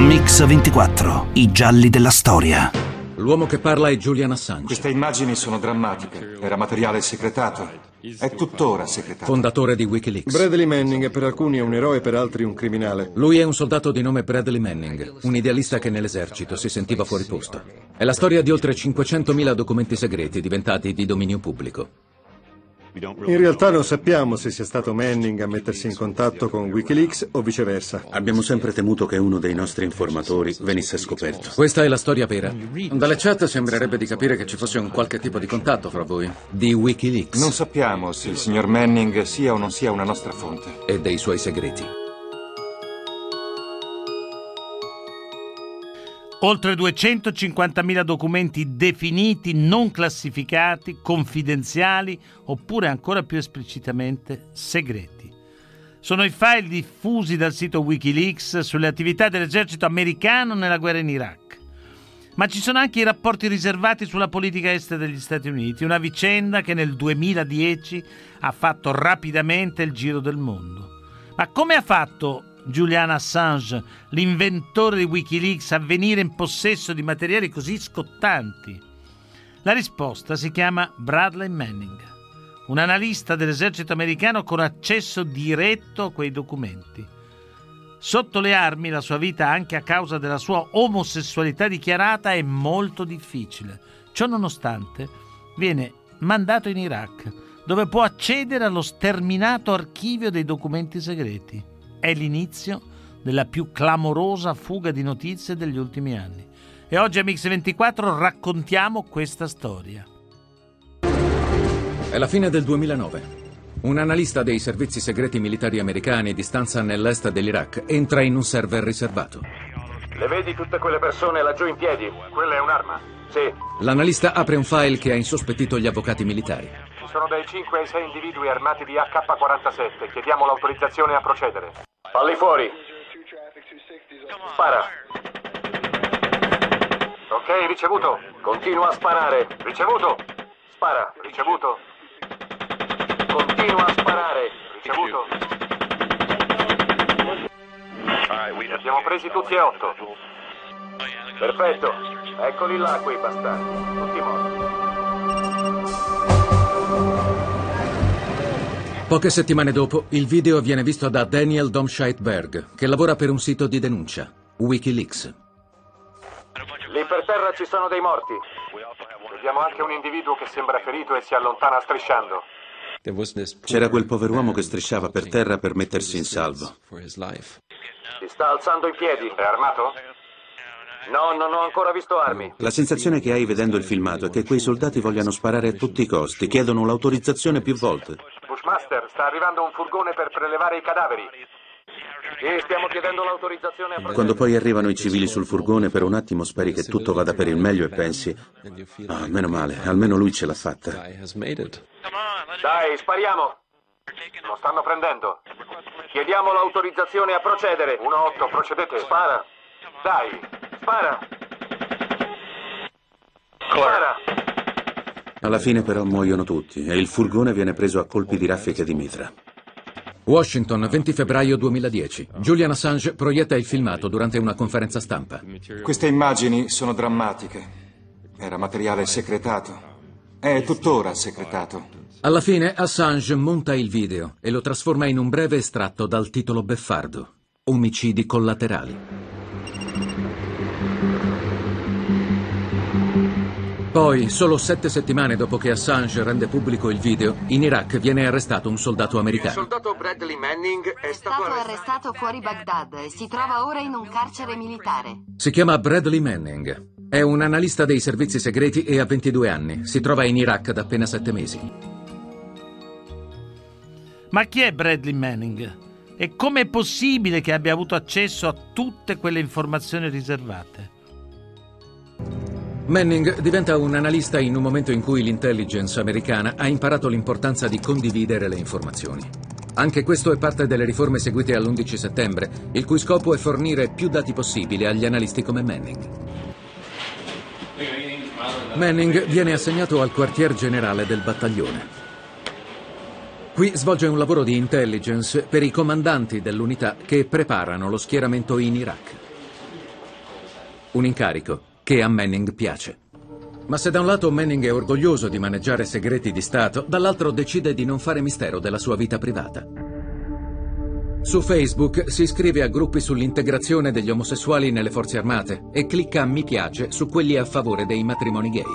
Mix 24, i gialli della storia. L'uomo che parla è Julian Assange. Queste immagini sono drammatiche. Era materiale segretato. È tuttora segretato. Fondatore di Wikileaks. Bradley Manning per alcuni è un eroe, per altri un criminale. Lui è un soldato di nome Bradley Manning, un idealista che nell'esercito si sentiva fuori posto. È la storia di oltre 500.000 documenti segreti diventati di dominio pubblico. In realtà non sappiamo se sia stato Manning a mettersi in contatto con Wikileaks o viceversa. Abbiamo sempre temuto che uno dei nostri informatori venisse scoperto. Questa è la storia vera. Dalle chat sembrerebbe di capire che ci fosse un qualche tipo di contatto fra voi. Di Wikileaks. Non sappiamo se il signor Manning sia o non sia una nostra fonte. E dei suoi segreti. Oltre 250.000 documenti definiti, non classificati, confidenziali oppure ancora più esplicitamente segreti. Sono i file diffusi dal sito Wikileaks sulle attività dell'esercito americano nella guerra in Iraq. Ma ci sono anche i rapporti riservati sulla politica estera degli Stati Uniti, una vicenda che nel 2010 ha fatto rapidamente il giro del mondo. Ma come ha fatto Julian Assange, l'inventore di Wikileaks, a venire in possesso di materiali così scottanti? La risposta si chiama Bradley Manning, un analista dell'esercito americano con accesso diretto a quei documenti. Sotto le armi la sua vita, anche a causa della sua omosessualità dichiarata, è molto difficile. Ciò nonostante, viene mandato in Iraq, dove può accedere allo sterminato archivio dei documenti segreti. È l'inizio della più clamorosa fuga di notizie degli ultimi anni. E oggi a Mix 24 raccontiamo questa storia. È la fine del 2009. Un analista dei servizi segreti militari americani di stanza nell'est dell'Iraq entra in un server riservato. Le vedi tutte quelle persone laggiù in piedi? Quella è un'arma? Sì. L'analista apre un file che ha insospettito gli avvocati militari. Ci sono dai 5 ai 6 individui armati di AK-47. Chiediamo l'autorizzazione a procedere. Falli fuori. Spara. Ok, ricevuto. Continua a sparare. Ricevuto. Spara. Ricevuto. Continua a sparare. Ricevuto. Li abbiamo presi tutti e 8. Perfetto. Eccoli là quei bastardi. Tutti morti. Poche settimane dopo, il video viene visto da Daniel Domscheit-Berg, che lavora per un sito di denuncia, Wikileaks. Lì per terra ci sono dei morti. Vediamo anche un individuo che sembra ferito e si allontana strisciando. C'era quel pover'uomo che strisciava per terra per mettersi in salvo. Si sta alzando in piedi. È armato? No, non ho ancora visto armi. La sensazione che hai vedendo il filmato è che quei soldati vogliano sparare a tutti i costi, chiedono l'autorizzazione più volte. Bushmaster, sta arrivando un furgone per prelevare i cadaveri. Sì, stiamo chiedendo l'autorizzazione a procedere. Quando poi arrivano i civili sul furgone, per un attimo speri che tutto vada per il meglio e pensi: ah, meno male, almeno lui ce l'ha fatta. Dai, spariamo. Lo stanno prendendo. Chiediamo l'autorizzazione a procedere. 1-8, procedete. Spara. Dai, spara. Spara. Alla fine però muoiono tutti e il furgone viene preso a colpi di raffiche di mitra. Washington, 20 febbraio 2010. Julian Assange proietta il filmato durante una conferenza stampa. Queste immagini sono drammatiche. Era materiale segretato. È tuttora segretato. Alla fine Assange monta il video e lo trasforma in un breve estratto dal titolo beffardo: Omicidi collaterali. Poi, solo 7 settimane dopo che Assange rende pubblico il video, in Iraq viene arrestato un soldato americano. Il soldato Bradley Manning è stato arrestato fuori Baghdad e si trova ora in un carcere militare. Si chiama Bradley Manning. È un analista dei servizi segreti e ha 22 anni. Si trova in Iraq da appena 7 mesi. Ma chi è Bradley Manning? E come è possibile che abbia avuto accesso a tutte quelle informazioni riservate? Manning diventa un analista in un momento in cui l'intelligence americana ha imparato l'importanza di condividere le informazioni. Anche questo è parte delle riforme seguite all'11 settembre, il cui scopo è fornire più dati possibili agli analisti come Manning. Manning viene assegnato al quartier generale del battaglione. Qui svolge un lavoro di intelligence per i comandanti dell'unità che preparano lo schieramento in Iraq. Un incarico che a Manning piace. Ma se da un lato Manning è orgoglioso di maneggiare segreti di Stato, dall'altro decide di non fare mistero della sua vita privata. Su Facebook si iscrive a gruppi sull'integrazione degli omosessuali nelle forze armate e clicca mi piace su quelli a favore dei matrimoni gay.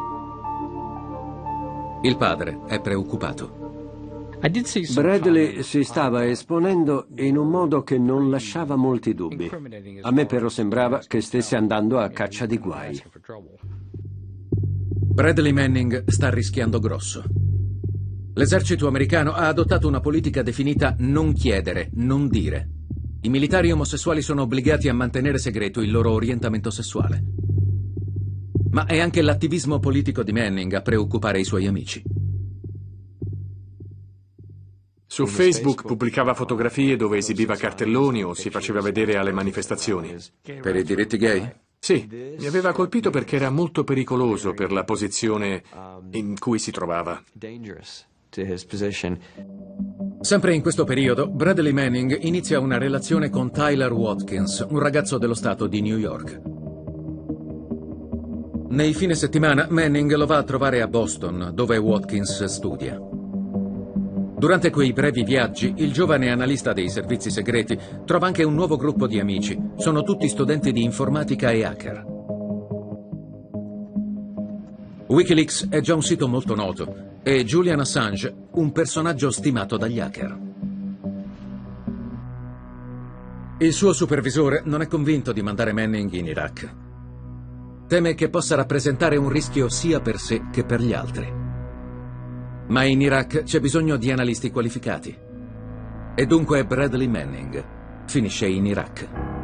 Il padre è preoccupato. Bradley si stava esponendo in un modo che non lasciava molti dubbi. A me però sembrava che stesse andando a caccia di guai. Bradley Manning sta rischiando grosso. L'esercito americano ha adottato una politica definita non chiedere, non dire. I militari omosessuali sono obbligati a mantenere segreto il loro orientamento sessuale. Ma è anche l'attivismo politico di Manning a preoccupare i suoi amici. Su Facebook pubblicava fotografie dove esibiva cartelloni o si faceva vedere alle manifestazioni. Per i diritti gay? Sì, mi aveva colpito perché era molto pericoloso per la posizione in cui si trovava. Sempre in questo periodo, Bradley Manning inizia una relazione con Tyler Watkins, un ragazzo dello stato di New York. Nei fine settimana, Manning lo va a trovare a Boston, dove Watkins studia. Durante quei brevi viaggi, il giovane analista dei servizi segreti trova anche un nuovo gruppo di amici. Sono tutti studenti di informatica e hacker. Wikileaks è già un sito molto noto e Julian Assange un personaggio stimato dagli hacker. Il suo supervisore non è convinto di mandare Manning in Iraq. Teme che possa rappresentare un rischio sia per sé che per gli altri. Ma in Iraq c'è bisogno di analisti qualificati. E dunque Bradley Manning finisce in Iraq.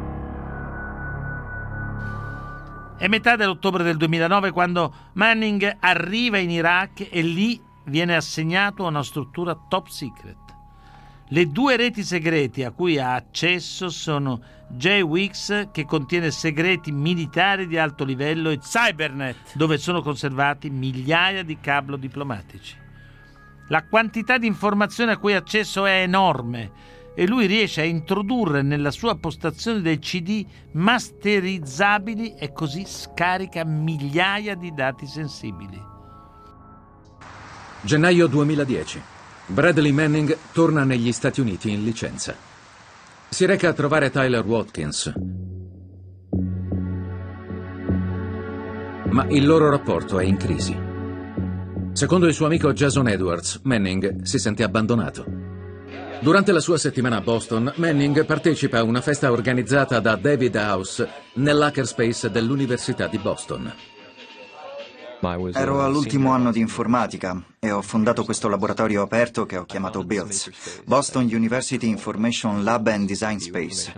È metà dell'ottobre del 2009 quando Manning arriva in Iraq e lì viene assegnato a una struttura top secret. Le due reti segreti a cui ha accesso sono J-Wix, che contiene segreti militari di alto livello, e Cybernet, dove sono conservati migliaia di cabli diplomatici. La quantità di informazioni a cui ha accesso è enorme e lui riesce a introdurre nella sua postazione dei CD masterizzabili e così scarica migliaia di dati sensibili. Gennaio 2010. Bradley Manning torna negli Stati Uniti in licenza. Si reca a trovare Tyler Watkins. Ma il loro rapporto è in crisi. Secondo il suo amico Jason Edwards, Manning si sente abbandonato. Durante la sua settimana a Boston, Manning partecipa a una festa organizzata da David House nell'hackerspace dell'Università di Boston. Ero all'ultimo anno di informatica e ho fondato questo laboratorio aperto che ho chiamato BUILDS, Boston University Information Lab and Design Space.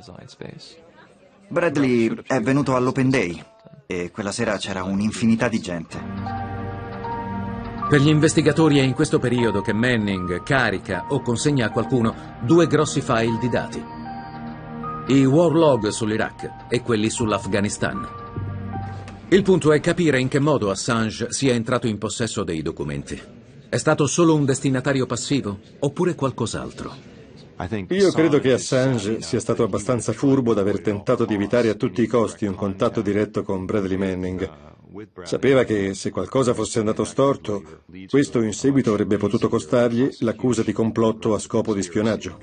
Bradley è venuto all'Open Day e quella sera c'era un'infinità di gente. Per gli investigatori è in questo periodo che Manning carica o consegna a qualcuno due grossi file di dati. I war log sull'Iraq e quelli sull'Afghanistan. Il punto è capire in che modo Assange sia entrato in possesso dei documenti. È stato solo un destinatario passivo oppure qualcos'altro? Io credo che Assange sia stato abbastanza furbo da aver tentato di evitare a tutti i costi un contatto diretto con Bradley Manning. Sapeva che se qualcosa fosse andato storto, questo in seguito avrebbe potuto costargli l'accusa di complotto a scopo di spionaggio.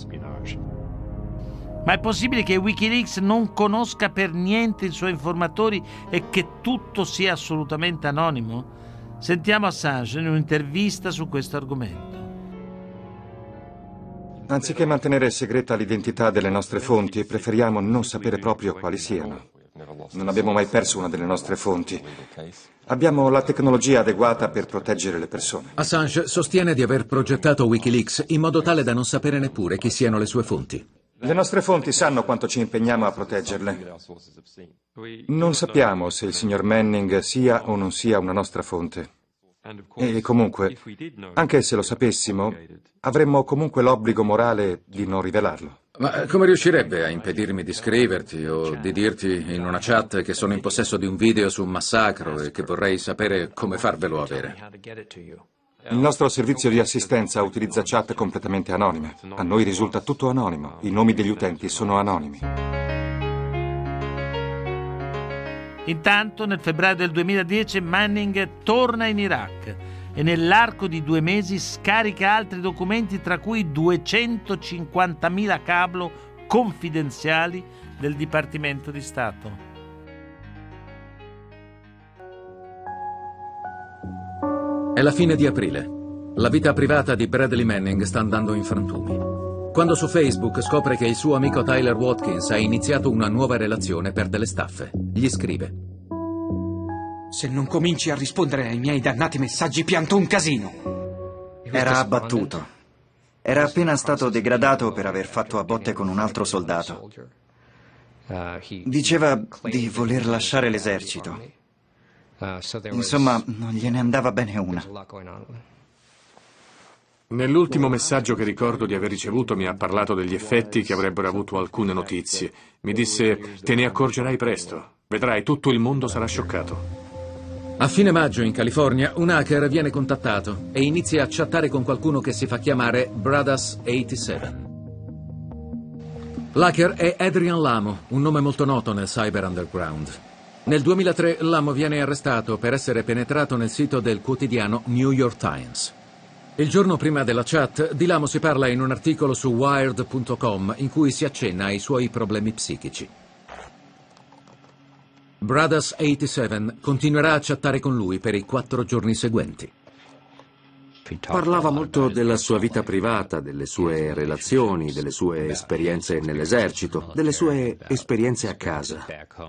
Ma è possibile che Wikileaks non conosca per niente i suoi informatori e che tutto sia assolutamente anonimo? Sentiamo Assange in un'intervista su questo argomento. Anziché mantenere segreta l'identità delle nostre fonti, preferiamo non sapere proprio quali siano. Non abbiamo mai perso una delle nostre fonti. Abbiamo la tecnologia adeguata per proteggere le persone. Assange sostiene di aver progettato Wikileaks in modo tale da non sapere neppure chi siano le sue fonti. Le nostre fonti sanno quanto ci impegniamo a proteggerle. Non sappiamo se il signor Manning sia o non sia una nostra fonte. E comunque, anche se lo sapessimo, avremmo comunque l'obbligo morale di non rivelarlo. Ma come riuscirebbe a impedirmi di scriverti o di dirti in una chat che sono in possesso di un video su un massacro e che vorrei sapere come farvelo avere? Il nostro servizio di assistenza utilizza chat completamente anonime. A noi risulta tutto anonimo. I nomi degli utenti sono anonimi. Intanto, nel febbraio del 2010, Manning torna in Iraq e nell'arco di 2 mesi scarica altri documenti, tra cui 250.000 cablo confidenziali del Dipartimento di Stato. È la fine di aprile. La vita privata di Bradley Manning sta andando in frantumi. Quando su Facebook scopre che il suo amico Tyler Watkins ha iniziato una nuova relazione per delle staffe, gli scrive: se non cominci a rispondere ai miei dannati messaggi, pianto un casino. Era abbattuto. Era appena stato degradato per aver fatto a botte con un altro soldato. Diceva di voler lasciare l'esercito. Insomma, non gliene andava bene una. Nell'ultimo messaggio che ricordo di aver ricevuto mi ha parlato degli effetti che avrebbero avuto alcune notizie. Mi disse: te ne accorgerai presto. Vedrai, tutto il mondo sarà scioccato. A fine maggio in California un hacker viene contattato e inizia a chattare con qualcuno che si fa chiamare Brothers87. L'hacker è Adrian Lamo, un nome molto noto nel cyber underground. Nel 2003 Lamo viene arrestato per essere penetrato nel sito del quotidiano New York Times. Il giorno prima della chat, di Lamo si parla in un articolo su Wired.com in cui si accenna ai suoi problemi psichici. Brothers87 continuerà a chattare con lui per i 4 giorni seguenti. Parlava molto della sua vita privata, delle sue relazioni, delle sue esperienze nell'esercito, delle sue esperienze a casa.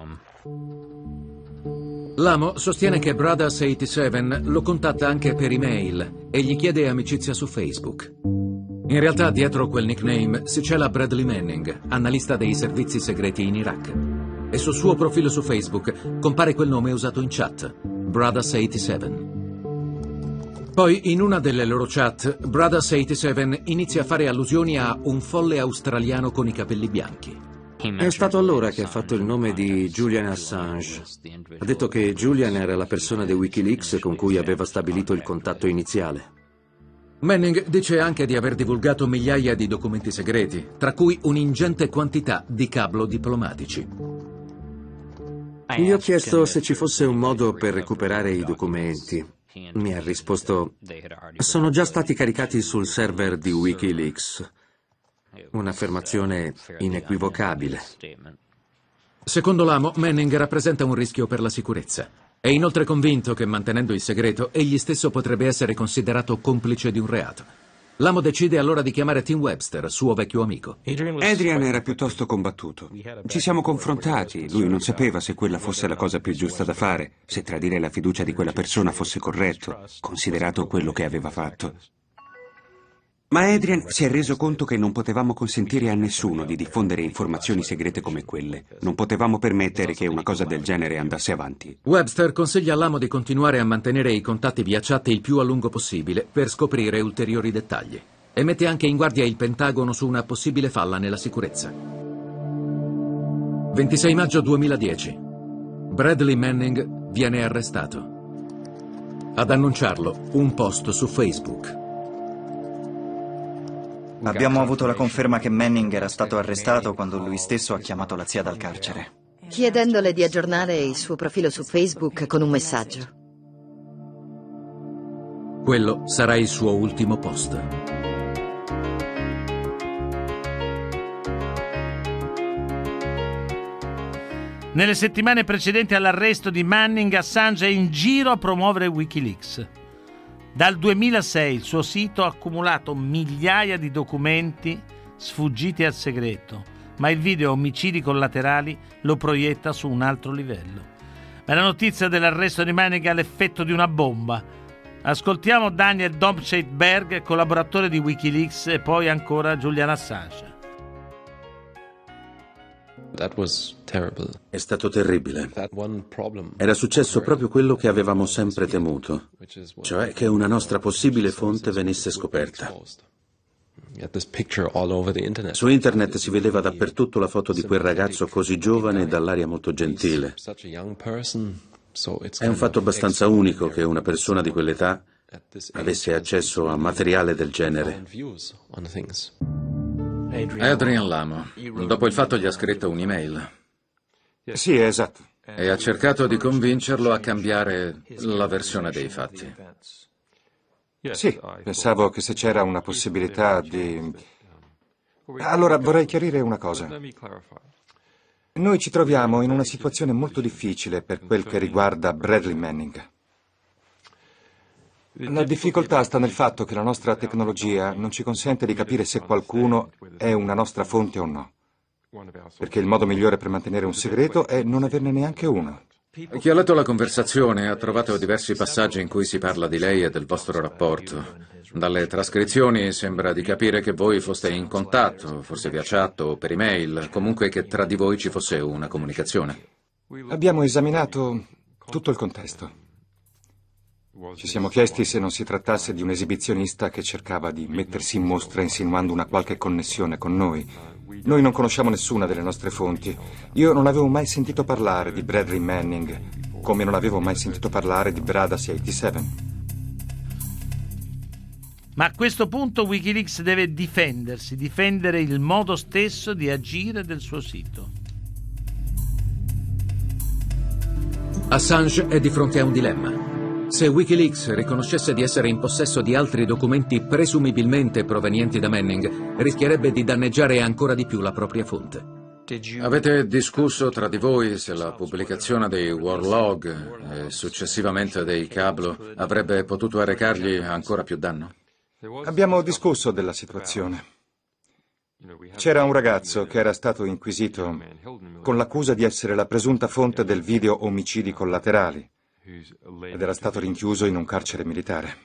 Lamo sostiene che Brothers87 lo contatta anche per email e gli chiede amicizia su Facebook. In realtà dietro quel nickname si cela Bradley Manning, analista dei servizi segreti in Iraq. E sul suo profilo su Facebook compare quel nome usato in chat, Brothers87. Poi, in una delle loro chat, Brothers87 inizia a fare allusioni a un folle australiano con i capelli bianchi. È stato allora che ha fatto il nome di Julian Assange. Ha detto che Julian era la persona di Wikileaks con cui aveva stabilito il contatto iniziale. Manning dice anche di aver divulgato migliaia di documenti segreti, tra cui un'ingente quantità di cablo diplomatici. Gli ho chiesto se ci fosse un modo per recuperare i documenti. Mi ha risposto: sono già stati caricati sul server di Wikileaks. Un'affermazione inequivocabile. Secondo Lamo, Manning rappresenta un rischio per la sicurezza. È inoltre convinto che, mantenendo il segreto, egli stesso potrebbe essere considerato complice di un reato. Lamo decide allora di chiamare Tim Webster, suo vecchio amico. Adrian era piuttosto combattuto. Ci siamo confrontati, lui non sapeva se quella fosse la cosa più giusta da fare, se tradire la fiducia di quella persona fosse corretto, considerato quello che aveva fatto. Ma Adrian si è reso conto che non potevamo consentire a nessuno di diffondere informazioni segrete come quelle. Non potevamo permettere che una cosa del genere andasse avanti. Webster consiglia a Lamo di continuare a mantenere i contatti via chat il più a lungo possibile per scoprire ulteriori dettagli. E mette anche in guardia il Pentagono su una possibile falla nella sicurezza. 26 maggio 2010. Bradley Manning viene arrestato. Ad annunciarlo, un post su Facebook. Abbiamo avuto la conferma che Manning era stato arrestato quando lui stesso ha chiamato la zia dal carcere, chiedendole di aggiornare il suo profilo su Facebook con un messaggio. Quello sarà il suo ultimo post. Nelle settimane precedenti all'arresto di Manning, Assange è in giro a promuovere Wikileaks. Dal 2006 il suo sito ha accumulato migliaia di documenti sfuggiti al segreto, ma il video Omicidi collaterali lo proietta su un altro livello. Ma la notizia dell'arresto di Manning ha l'effetto di una bomba. Ascoltiamo Daniel Domscheit-Berg, collaboratore di Wikileaks, e poi ancora Julian Assange. È stato terribile. Era successo proprio quello che avevamo sempre temuto, cioè che una nostra possibile fonte venisse scoperta. Su internet si vedeva dappertutto la foto di quel ragazzo così giovane e dall'aria molto gentile. È un fatto abbastanza unico che una persona di quell'età avesse accesso a materiale del genere. Adrian Lamo. Dopo il fatto gli ha scritto un'email. Sì, esatto. e ha cercato di convincerlo a cambiare la versione dei fatti. Sì, pensavo che se c'era una possibilità di... Allora, vorrei chiarire una cosa. Noi ci troviamo in una situazione molto difficile per quel che riguarda Bradley Manning. La difficoltà sta nel fatto che la nostra tecnologia non ci consente di capire se qualcuno è una nostra fonte o no. Perché il modo migliore per mantenere un segreto è non averne neanche uno. Chi ha letto la conversazione ha trovato diversi passaggi in cui si parla di lei e del vostro rapporto. Dalle trascrizioni sembra di capire che voi foste in contatto, forse via chat o per email, comunque che tra di voi ci fosse una comunicazione. Abbiamo esaminato tutto il contesto. Ci siamo chiesti se non si trattasse di un esibizionista che cercava di mettersi in mostra insinuando una qualche connessione con noi. Noi non conosciamo nessuna delle nostre fonti. Io non avevo mai sentito parlare di Bradley Manning, come non avevo mai sentito parlare di Bradas 87. Ma a questo punto Wikileaks deve difendersi, difendere il modo stesso di agire del suo sito. Assange è di fronte a un dilemma. Se Wikileaks riconoscesse di essere in possesso di altri documenti presumibilmente provenienti da Manning, rischierebbe di danneggiare ancora di più la propria fonte. Avete discusso tra di voi se la pubblicazione dei war log e successivamente dei cablo avrebbe potuto arrecargli ancora più danno? Abbiamo discusso della situazione. C'era un ragazzo che era stato inquisito con l'accusa di essere la presunta fonte del video omicidi collaterali ed era stato rinchiuso in un carcere militare.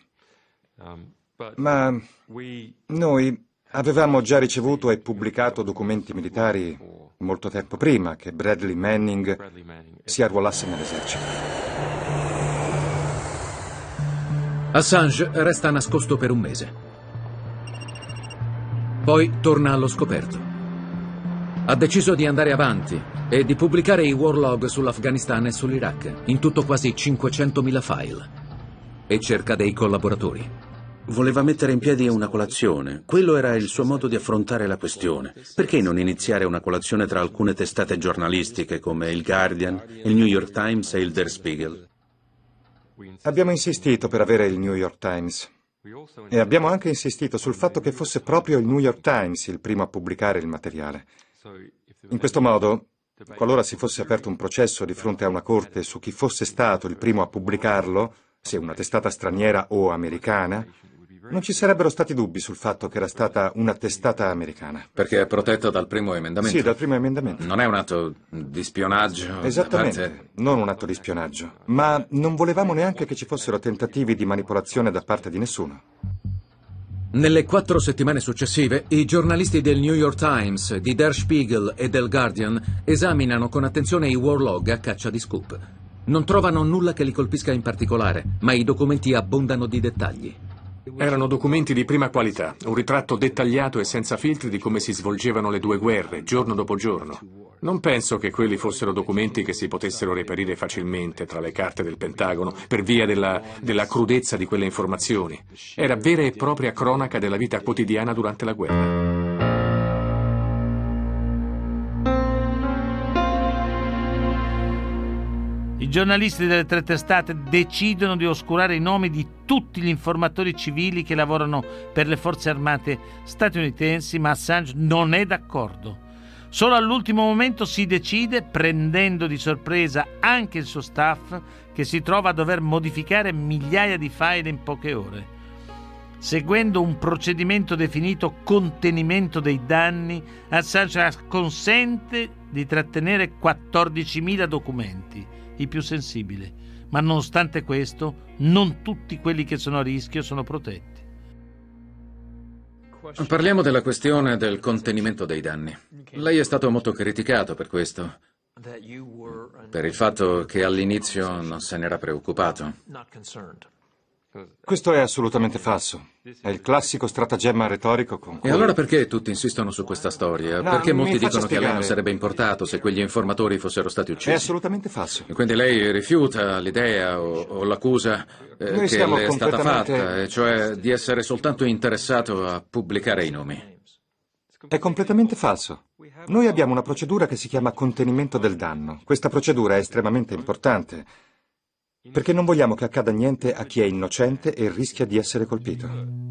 Ma noi avevamo già ricevuto e pubblicato documenti militari molto tempo prima che Bradley Manning si arruolasse nell'esercito. Assange resta nascosto per un mese. Poi torna allo scoperto. Ha deciso di andare avanti e di pubblicare i war log sull'Afghanistan e sull'Iraq, in tutto quasi 500.000 file. E cerca dei collaboratori. Voleva mettere in piedi una colazione. Quello era il suo modo di affrontare la questione. Perché non iniziare una colazione tra alcune testate giornalistiche come il Guardian, il New York Times e il Der Spiegel? Abbiamo insistito per avere il New York Times. E abbiamo anche insistito sul fatto che fosse proprio il New York Times il primo a pubblicare il materiale. In questo modo, qualora si fosse aperto un processo di fronte a una corte su chi fosse stato il primo a pubblicarlo, se una testata straniera o americana, non ci sarebbero stati dubbi sul fatto che era stata una testata americana. Perché è protetta dal primo emendamento? Sì, dal primo emendamento. Non è un atto di spionaggio? Esattamente, non un atto di spionaggio. Ma non volevamo neanche che ci fossero tentativi di manipolazione da parte di nessuno. Nelle 4 settimane successive, i giornalisti del New York Times, di Der Spiegel e del Guardian esaminano con attenzione i war log a caccia di scoop. Non trovano nulla che li colpisca in particolare, ma i documenti abbondano di dettagli. Erano documenti di prima qualità, un ritratto dettagliato e senza filtri di come si svolgevano le due guerre, giorno dopo giorno. Non penso che quelli fossero documenti che si potessero reperire facilmente tra le carte del Pentagono per via della crudezza di quelle informazioni. Era vera e propria cronaca della vita quotidiana durante la guerra. I giornalisti delle 3 testate decidono di oscurare i nomi di tutti gli informatori civili che lavorano per le forze armate statunitensi, ma Assange non è d'accordo. Solo all'ultimo momento si decide, prendendo di sorpresa anche il suo staff, che si trova a dover modificare migliaia di file in poche ore. Seguendo un procedimento definito contenimento dei danni, Assange consente di trattenere 14.000 documenti, i più sensibili, ma nonostante questo non tutti quelli che sono a rischio sono protetti. Parliamo della questione del contenimento dei danni. Lei è stato molto criticato per questo, per il fatto che all'inizio non se n'era preoccupato. Questo è assolutamente falso. È il classico stratagemma retorico con cui... E allora perché tutti insistono su questa storia? No, perché molti mi faccia dicono che a lei non spiegare. sarebbe importato se quegli informatori fossero stati uccisi? È assolutamente falso. E quindi lei rifiuta l'idea o l'accusa Noi che siamo le è stata completamente- fatta, e cioè di essere soltanto interessato a pubblicare i nomi. È completamente falso. Noi abbiamo una procedura che si chiama contenimento del danno. Questa procedura è estremamente importante perché non vogliamo che accada niente a chi è innocente e rischia di essere colpito.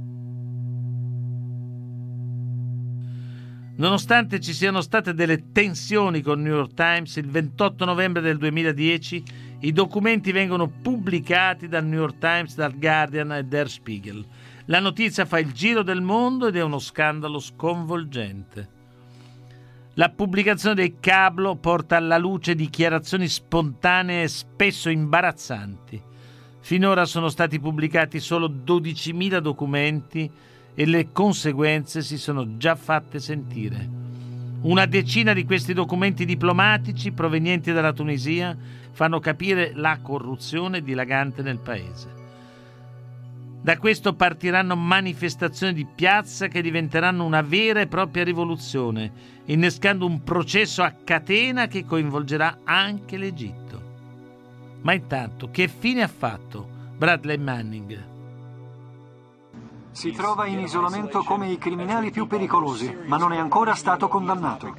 Nonostante ci siano state delle tensioni con il New York Times, il 28 novembre del 2010 i documenti vengono pubblicati dal New York Times, dal Guardian e Der Spiegel. La notizia fa il giro del mondo ed è uno scandalo sconvolgente. La pubblicazione del cablo porta alla luce dichiarazioni spontanee e spesso imbarazzanti. Finora sono stati pubblicati solo 12.000 documenti e le conseguenze si sono già fatte sentire. Una decina di questi documenti diplomatici provenienti dalla Tunisia fanno capire la corruzione dilagante nel paese. Da questo partiranno manifestazioni di piazza che diventeranno una vera e propria rivoluzione, innescando un processo a catena che coinvolgerà anche l'Egitto. Ma intanto, che fine ha fatto Bradley Manning? Si trova in isolamento come i criminali più pericolosi, ma non è ancora stato condannato.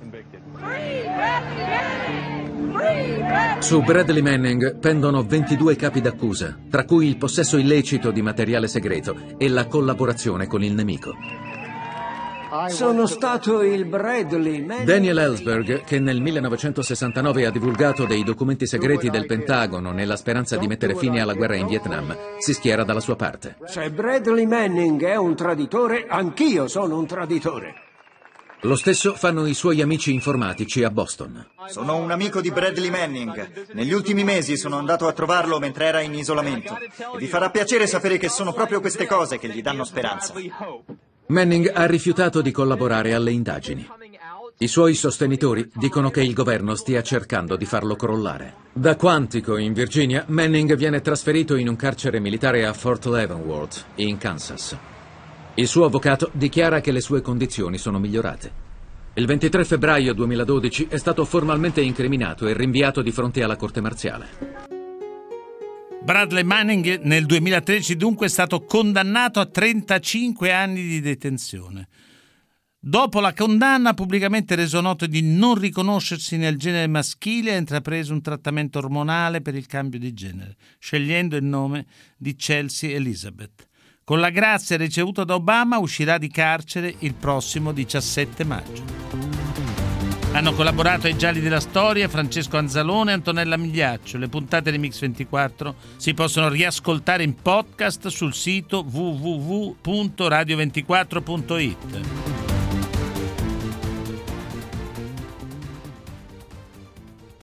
Su Bradley Manning pendono 22 capi d'accusa, tra cui il possesso illecito di materiale segreto e la collaborazione con il nemico. Sono stato il Bradley Manning. Daniel Ellsberg, che nel 1969 ha divulgato dei documenti segreti del Pentagono nella speranza di mettere fine alla guerra in Vietnam, si schiera dalla sua parte. Se Bradley Manning è un traditore, anch'io sono un traditore. Lo stesso fanno i suoi amici informatici a Boston. Sono un amico di Bradley Manning. Negli ultimi mesi sono andato a trovarlo mentre era in isolamento. E vi farà piacere sapere che sono proprio queste cose che gli danno speranza. Manning ha rifiutato di collaborare alle indagini. I suoi sostenitori dicono che il governo stia cercando di farlo crollare. Da Quantico, in Virginia, Manning viene trasferito in un carcere militare a Fort Leavenworth, in Kansas. Il suo avvocato dichiara che le sue condizioni sono migliorate. Il 23 febbraio 2012 è stato formalmente incriminato e rinviato di fronte alla corte marziale. Bradley Manning nel 2013 dunque è stato condannato a 35 anni di detenzione. Dopo la condanna ha pubblicamente reso noto di non riconoscersi nel genere maschile e ha intrapreso un trattamento ormonale per il cambio di genere, scegliendo il nome di Chelsea Elizabeth. Con la grazia ricevuta da Obama uscirà di carcere il prossimo 17 maggio. Hanno collaborato ai Gialli della Storia Francesco Anzalone e Antonella Migliaccio. Le puntate di Mix24 si possono riascoltare in podcast sul sito www.radio24.it.